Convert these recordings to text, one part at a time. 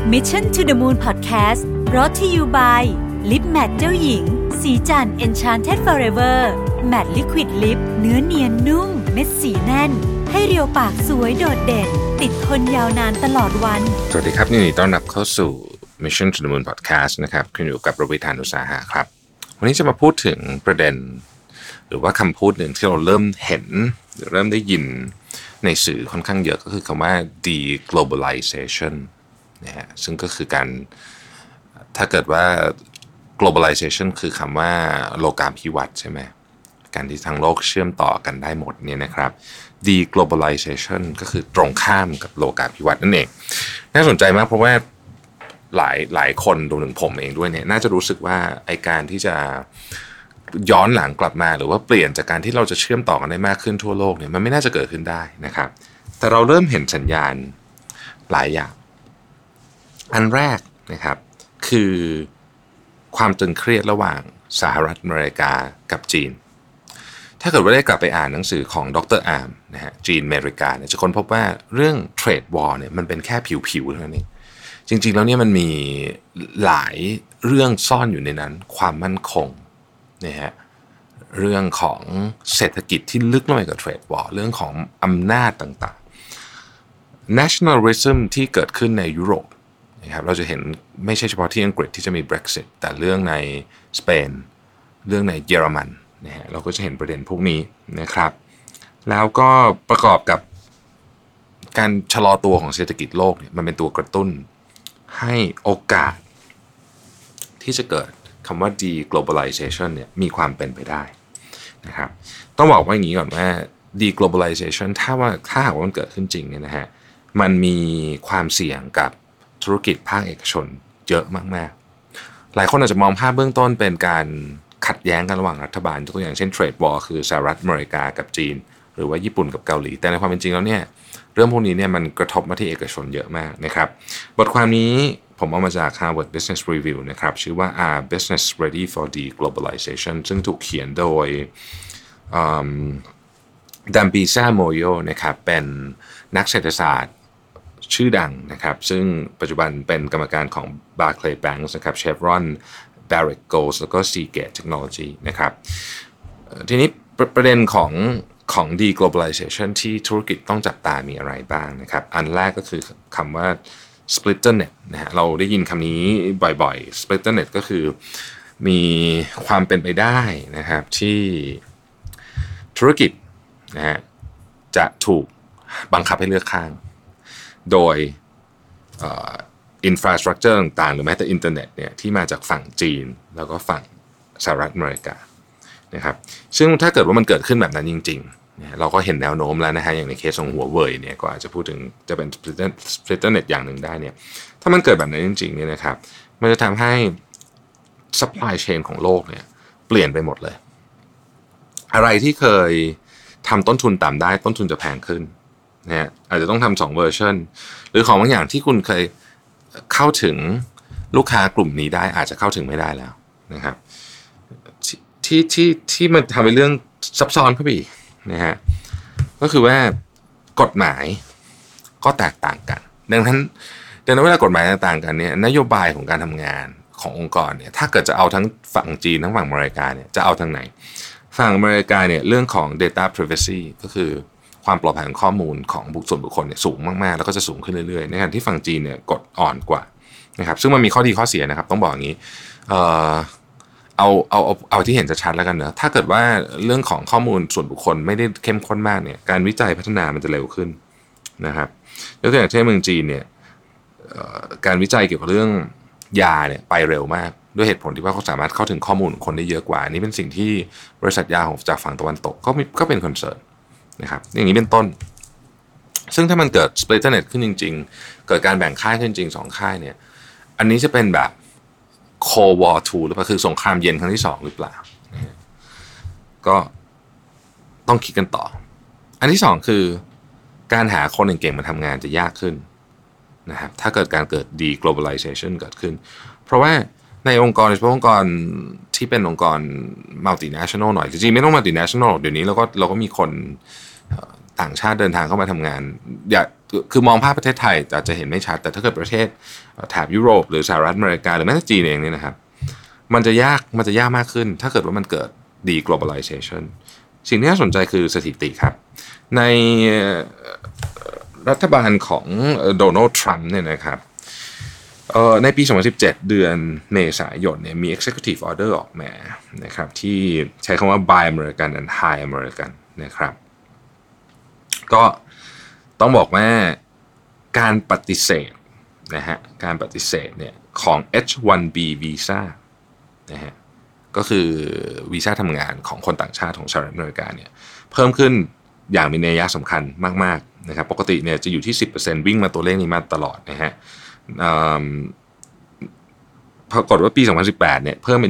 Mission to the Moon Podcast brought to you by Lip Matte เจ้าหญิงสีจัน Enchanted Forever Matte Liquid Lip เนื้อเนียนนุ่มเม็ดสีแน่นให้เรียวปากสวยโดดเด่นติดทนยาวนานตลอดวันสวัสดีครับยินดีต้อนรับเข้าสู่ Mission to the Moon Podcast นะครับคุณอยู่กับรวิธานอุตสาหะครับวันนี้จะมาพูดถึงประเด็นหรือว่าคำพูดหนึ่งที่เราเริ่มเห็นหรือเริ่มได้ยินในสื่อค่อนข้างเยอะก็คือคำว่า deglobalization นะฮะซึ่งก็คือการถ้าเกิดว่า globalization คือคำว่าโลกาภิวัตน์ใช่ไหมการที่ทั้งโลกเชื่อมต่อกันได้หมดเนี่ยนะครับ deglobalization ก็คือตรงข้ามกับโลกาภิวัตน์นั่นเองน่าสนใจมากเพราะว่าหลายคนรวมถึงผมเองด้วยเนี่ยน่าจะรู้สึกว่าไอ้การที่จะย้อนหลังกลับมาหรือว่าเปลี่ยนจากการที่เราจะเชื่อมต่อกันได้มากขึ้นทั่วโลกเนี่ยมันไม่น่าจะเกิดขึ้นได้นะครับแต่เราเริ่มเห็นสัญญาณหลายอย่างอันแรกนะครับคือความตึงเครียดระหว่างสหรัฐอเมริกากับจีนถ้าเกิดว่าได้กลับไปอ่านหนังสือของดร.อาร์มนะฮะจีนอเมริกาเนี่ยจะค้นพบว่าเรื่องเทรดวอร์เนี่ยมันเป็นแค่ผิวๆเท่านั้นเองจริงๆแล้วเนี่ยมันมีหลายเรื่องซ่อนอยู่ในนั้นความมั่นคงนะฮะเรื่องของเศรษฐกิจที่ลึกลงไปกับเทรดวอร์เรื่องของอำนาจต่างๆ nationalism ที่เกิดขึ้นในยุโรปนะครับเราจะเห็นไม่ใช่เฉพาะที่อังกฤษที่จะมี Brexit แต่เรื่องในสเปนเรื่องในเยอรมันนะฮะเราก็จะเห็นประเด็นพวกนี้นะครับแล้วก็ประกอบกับการชะลอตัวของเศรษฐกิจโลกเนี่ยมันเป็นตัวกระตุ้นให้โอกาสที่จะเกิดคำว่า deglobalization เนี่ยมีความเป็นไปได้นะครับต้องบอกว่าอย่างนี้ก่อนว่า deglobalization ถ้าหากว่ามันเกิดขึ้นจริงเนี่ยนะฮะมันมีความเสี่ยงกับธุรกิจภาคเอกชนเยอะมากๆหลายคนอาจจะมองภาพเบื้องต้นเป็นการขัดแย้งกันระหว่างรัฐบาลตัวอย่างเช่น trade war คือสหรัฐอเมริกากับจีนหรือว่าญี่ปุ่นกับเกาหลีแต่ในความเป็นจริงแล้วเนี่ยเรื่องพวกนี้เนี่ยมันกระทบมาที่เอกชนเยอะมากนะครับบทความนี้ผมเอามาจาก Harvard Business Review นะครับชื่อว่า Are Business Ready for Deglobalization ซึ่งถูกเขียนโดยดัมปีซ่าโมโยนะครับเป็นนักเศรษฐศาสตร์ชื่อดังนะครับซึ่งปัจจุบันเป็นกรรมการของ Barclays Bank นะครับ Chevron Barrick Gold แล้วก็ Seagate Technology นะครับทีนี้ประเด็นของ deglobalization ที่ธุรกิจต้องจับตามีอะไรบ้างนะครับอันแรกก็คือคำว่า splitternet นะฮะเราได้ยินคำนี้บ่อยๆ splitternet ก็คือมีความเป็นไปได้นะครับที่ธุรกิจนะฮะจะถูกบังคับให้เลือกข้างโดยinfrastructure ต่างๆหรือแม้แต่อินเทอร์เน็ตเนี่ยที่มาจากฝั่งจีนแล้วก็ฝั่งสหรัฐอเมริกานะครับซึ่งถ้าเกิดว่ามันเกิดขึ้นแบบนั้นจริงๆเราก็เห็นแนวโน้มแล้วนะฮะอย่างในเคสของหัวเว่ยเนี่ยก็อาจจะพูดถึงจะเป็น splitternet อย่างหนึ่งได้เนี่ยถ้ามันเกิดแบบนั้นจริงๆเนี่ยนะครับมันจะทำให้ supply chain ของโลกเนี่ยเปลี่ยนไปหมดเลยอะไรที่เคยทำต้นทุนต่ำได้ต้นทุนจะแพงขึ้นนะฮะอาจจะต้องทำ2เวอร์ชันหรือของบางอย่างที่คุณเคยเข้าถึงลูกค้ากลุ่มนี้ได้อาจจะเข้าถึงไม่ได้แล้วนะครับที่มันทำเป็นเรื่องซับซ้อนเข้าไปอีกนะฮะก็คือว่ากฎหมายก็แตกต่างกันดังนั้นเวลากฎหมายต่างกันเนี่ยนโยบายของการทำงานขององค์กรเนี่ยถ้าเกิดจะเอาทั้งฝั่งจีนทั้งฝั่งอเมริกาเนี่ยจะเอาทางไหนฝั่งอเมริกาเนี่ยเรื่องของ data privacy ก็คือความปลอดภัยของข้อมูลของส่วนบุคคลเนี่ยสูงมากๆแล้วก็จะสูงขึ้นเรื่อยๆในขณะที่ฝั่งจีนเนี่ยกฎอ่อนกว่านะครับซึ่งมันมีข้อดีข้อเสียนะครับต้องบอกอย่างนี้เอาที่เห็นชัดๆแล้วกันเนอะถ้าเกิดว่าเรื่องของข้อมูลส่วนบุคคลไม่ได้เข้มข้นมากเนี่ยการวิจัยพัฒนามันจะเร็วขึ้นนะครับยกตัวอย่างเช่นเมืองจีนเนี่ยการวิจัยเกี่ยวกับเรื่องยาเนี่ยไปเร็วมากด้วยเหตุผลที่ว่าเขาสามารถเข้าถึงข้อมูลของคนได้เยอะกว่านี่เป็นสิ่งที่บริษัทยาของจากฝั่งตะวันตกก็เป็นคอนเซิร์นนะครับอย่างนี้เป็นต้นซึ่งถ้ามันเกิด splitternet ขึ้นจริงๆเกิดการแบ่งค่ายขึ้นจริง2ค่ายเนี่ยอันนี้จะเป็นแบบ Cold War 2หรือเปล่าคือสงครามเย็นครั้งที่2หรือเปล่าก็ต้องคิดกันต่ออันที่2คือการหาคนเก่งๆมาทำงานจะยากขึ้นนะครับถ้าเกิดการเกิด deglobalization เกิดขึ้นเพราะว่าในองค์กรโดยเฉพาะองค์กรที่เป็นองค์กร multinational หน่อยจริงๆไม่ต้อง multinational เดี๋ยวนี้เราก็มีคนต่างชาติเดินทางเข้ามาทำงานคือมองภาพประเทศไทยอาจจะเห็นไม่ชัดแต่ถ้าเกิดประเทศแถบยุโรปหรือสหรัฐอเมริกาหรือแม้แต่จีนเองเนี่ยนะครับมันจะยากมากขึ้นถ้าเกิดว่ามันเกิด deglobalization สิ่งที่น่าสนใจคือสถิติครับในรัฐบาลของโดนัลด์ทรัมป์เนี่ยนะครับในปี 2017 เดือนเมษายนเนี่ยมี executive order ออกมานะครับที่ใช้คำว่า Buy American and Hire American นะครับก็ต้องบอกว่าการปฏิเสธนะฮะการปฏิเสธเนี่ยของ H-1B Visa นะฮะก็คือวีซ่าทำงานของคนต่างชาติของสหรัฐอเมริกาเนี่ยเพิ่มขึ้นอย่างมีนัยสำคัญมากๆนะครับปกติเนี่ยจะอยู่ที่ 10% วิ่งมาตัวเลขนี้มาตลอดนะฮะปรากฏว่าปี 2018 เนี่ยเพิ่มเป็น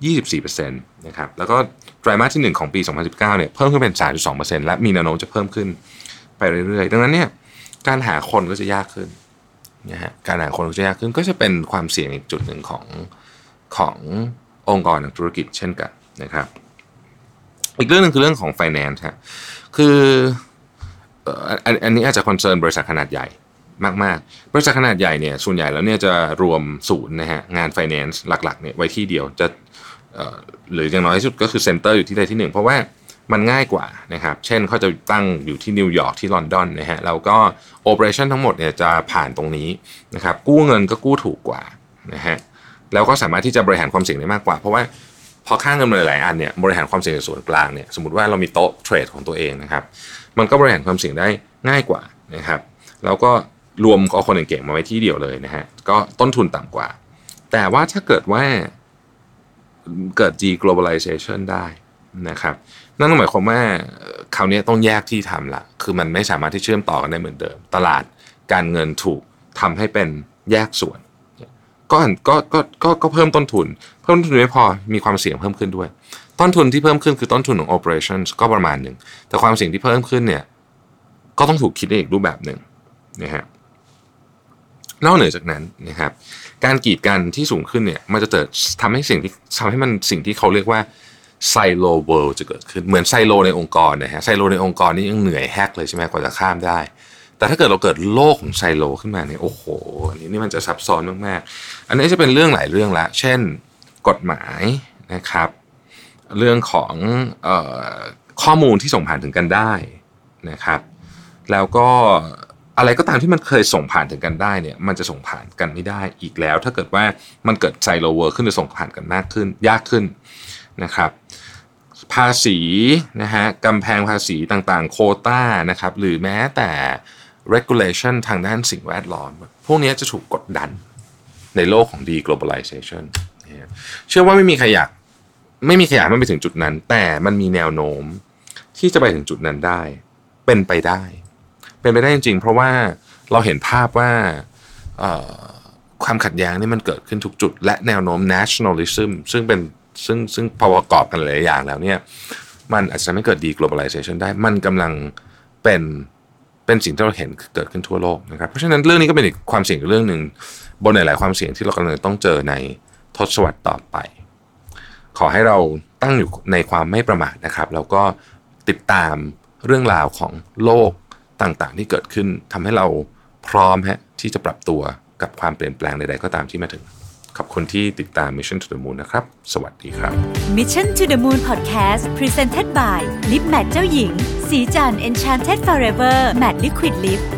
24% นะครับแล้วก็ไตรมาสที่1ของปี 2019 เนี่ยเพิ่มขึ้นเป็น 3.2% และมีแนวโน้มจะเพิ่มขึ้นไปเรื่อยๆดังนั้นเนี่ยการหาคนก็จะยากขึ้นนะฮะการหาคนก็จะยากขึ้นก็จะเป็นความเสี่ยงอีกจุดหนึ่งขององค์กรทางธุรกิจเช่นกันนะครับอีกเรื่องนึงคือเรื่องของ finance ฮะคืออันนี้อาจจะคอนเซิร์นบริษัทขนาดใหญ่มากๆบริษัทขนาดใหญ่เนี่ยส่วนใหญ่แล้วเนี่ยจะรวมศูนย์นะฮะงาน finance หลักๆเนี่ยไว้ที่เดียวจะหรืออย่างน้อยที่สุดก็คือเซ็นเตอร์อยู่ที่ใดที่หนึ่งเพราะว่ามันง่ายกว่านะครับเช่นเขาจะตั้งอยู่ที่นิวยอร์กที่ลอนดอนนะฮะแล้วก็โอเปอเรชั่นทั้งหมดเนี่ยจะผ่านตรงนี้นะครับกู้เงินก็กู้ถูกกว่านะฮะแล้วก็สามารถที่จะบริหารความเสี่ยงได้มากกว่าเพราะว่าพอค่าเงินหลายๆอันเนี่ยบริหารความเสี่ยงในส่วนกลางเนี่ยสมมุติว่าเรามีโต๊ะเทรดของตัวเองนะครับมันก็บริหารความเสี่ยงได้ง่ายกว่านะครับแล้วก็รวมเอาคนเก่งๆมาไว้ที่เดียวเลยนะฮะก็ต้นทุนต่ำกว่าแต่ว่าถ้าเกิดว่าเกิด deglobalization ได้นะครับนั่นหมายความว่าคราวนี้ต้องแยกที่ทำละคือมันไม่สามารถที่เชื่อมต่อกันได้เหมือนเดิมตลาดการเงินถูกทำให้เป็นแยกส่วนก็เพิ่มต้นทุนไม่พอมีความเสี่ยงเพิ่มขึ้นด้วยต้นทุนที่เพิ่มขึ้นคือต้นทุนของ operations ก็ประมาณหนึ่งแต่ความเสี่ยงที่เพิ่มขึ้นเนี่ยก็ต้องถูกคิดในอีกรูปแบบหนึ่งนะฮะนอกเหนือจากนั้นนะครับการกีดกันที่สูงขึ้นเนี่ยมันจะทำให้สิ่งที่เขาเรียกว่าไซโลเวิลด์จะเกิดขึ้นเหมือนไซโลในองค์กรนะฮะไซโลในองค์กรนี่ยังเหนื่อยแฮกเลยใช่ไหมกว่าจะข้ามได้แต่ถ้าเกิดเราเกิดโลกของไซโลขึ้นมาเนี่ยโอ้โหอันนี้มันจะซับซ้อนมากๆอันนี้จะเป็นเรื่องหลายเรื่องละเช่นกฎหมายนะครับเรื่องของข้อมูลที่ส่งผ่านถึงกันได้นะครับแล้วก็อะไรก็ตามที่มันเคยส่งผ่านถึงกันได้เนี่ยมันจะส่งผ่านกันไม่ได้อีกแล้วถ้าเกิดว่ามันเกิดไซโลเวิลด์ขึ้นจะส่งผ่านกันมากขึ้นยากขึ้นนะครับภาษีนะฮะกำแพงภาษีต่างๆโควต้านะครับหรือแม้แต่ regulation ทางด้านสิ่งแวดล้อมพวกนี้จะถูกกดดันในโลกของ deglobalization เชื่อว่าไม่มีใครอยากมันไปถึงจุดนั้นแต่มันมีแนวโน้มที่จะไปถึงจุดนั้นได้เป็นไปได้จริงๆเพราะว่าเราเห็นภาพว่าความขัดแย้งนี่มันเกิดขึ้นทุกจุดและแนวโน้ม nationalism ซึ่งพอประกอบกันหลายอย่างแล้วเนี่ยมันอาจจะไม่เกิด deglobalization ได้มันกำลังเป็นสิ่งที่เราเห็นเกิดขึ้นทั่วโลกนะครับเพราะฉะนั้นเรื่องนี้ก็เป็นอีกความเสี่ยงเรื่องนึงบนหลายๆความเสี่ยงที่เรากำลังต้องเจอในทศวรรษต่อไปขอให้เราตั้งอยู่ในความไม่ประมาทนะครับแล้วก็ติดตามเรื่องราวของโลกต่างๆที่เกิดขึ้นทำให้เราพร้อมที่จะปรับตัวกับความเปลี่ยนแปลงใดๆก็ตามที่มาถึงขอบคุณที่ติดตาม Mission to the Moon นะครับสวัสดีครับ Mission to the Moon Podcast Presented by Lip Matte เจ้าหญิงสีจัน Enchanted Forever Matte Liquid Lip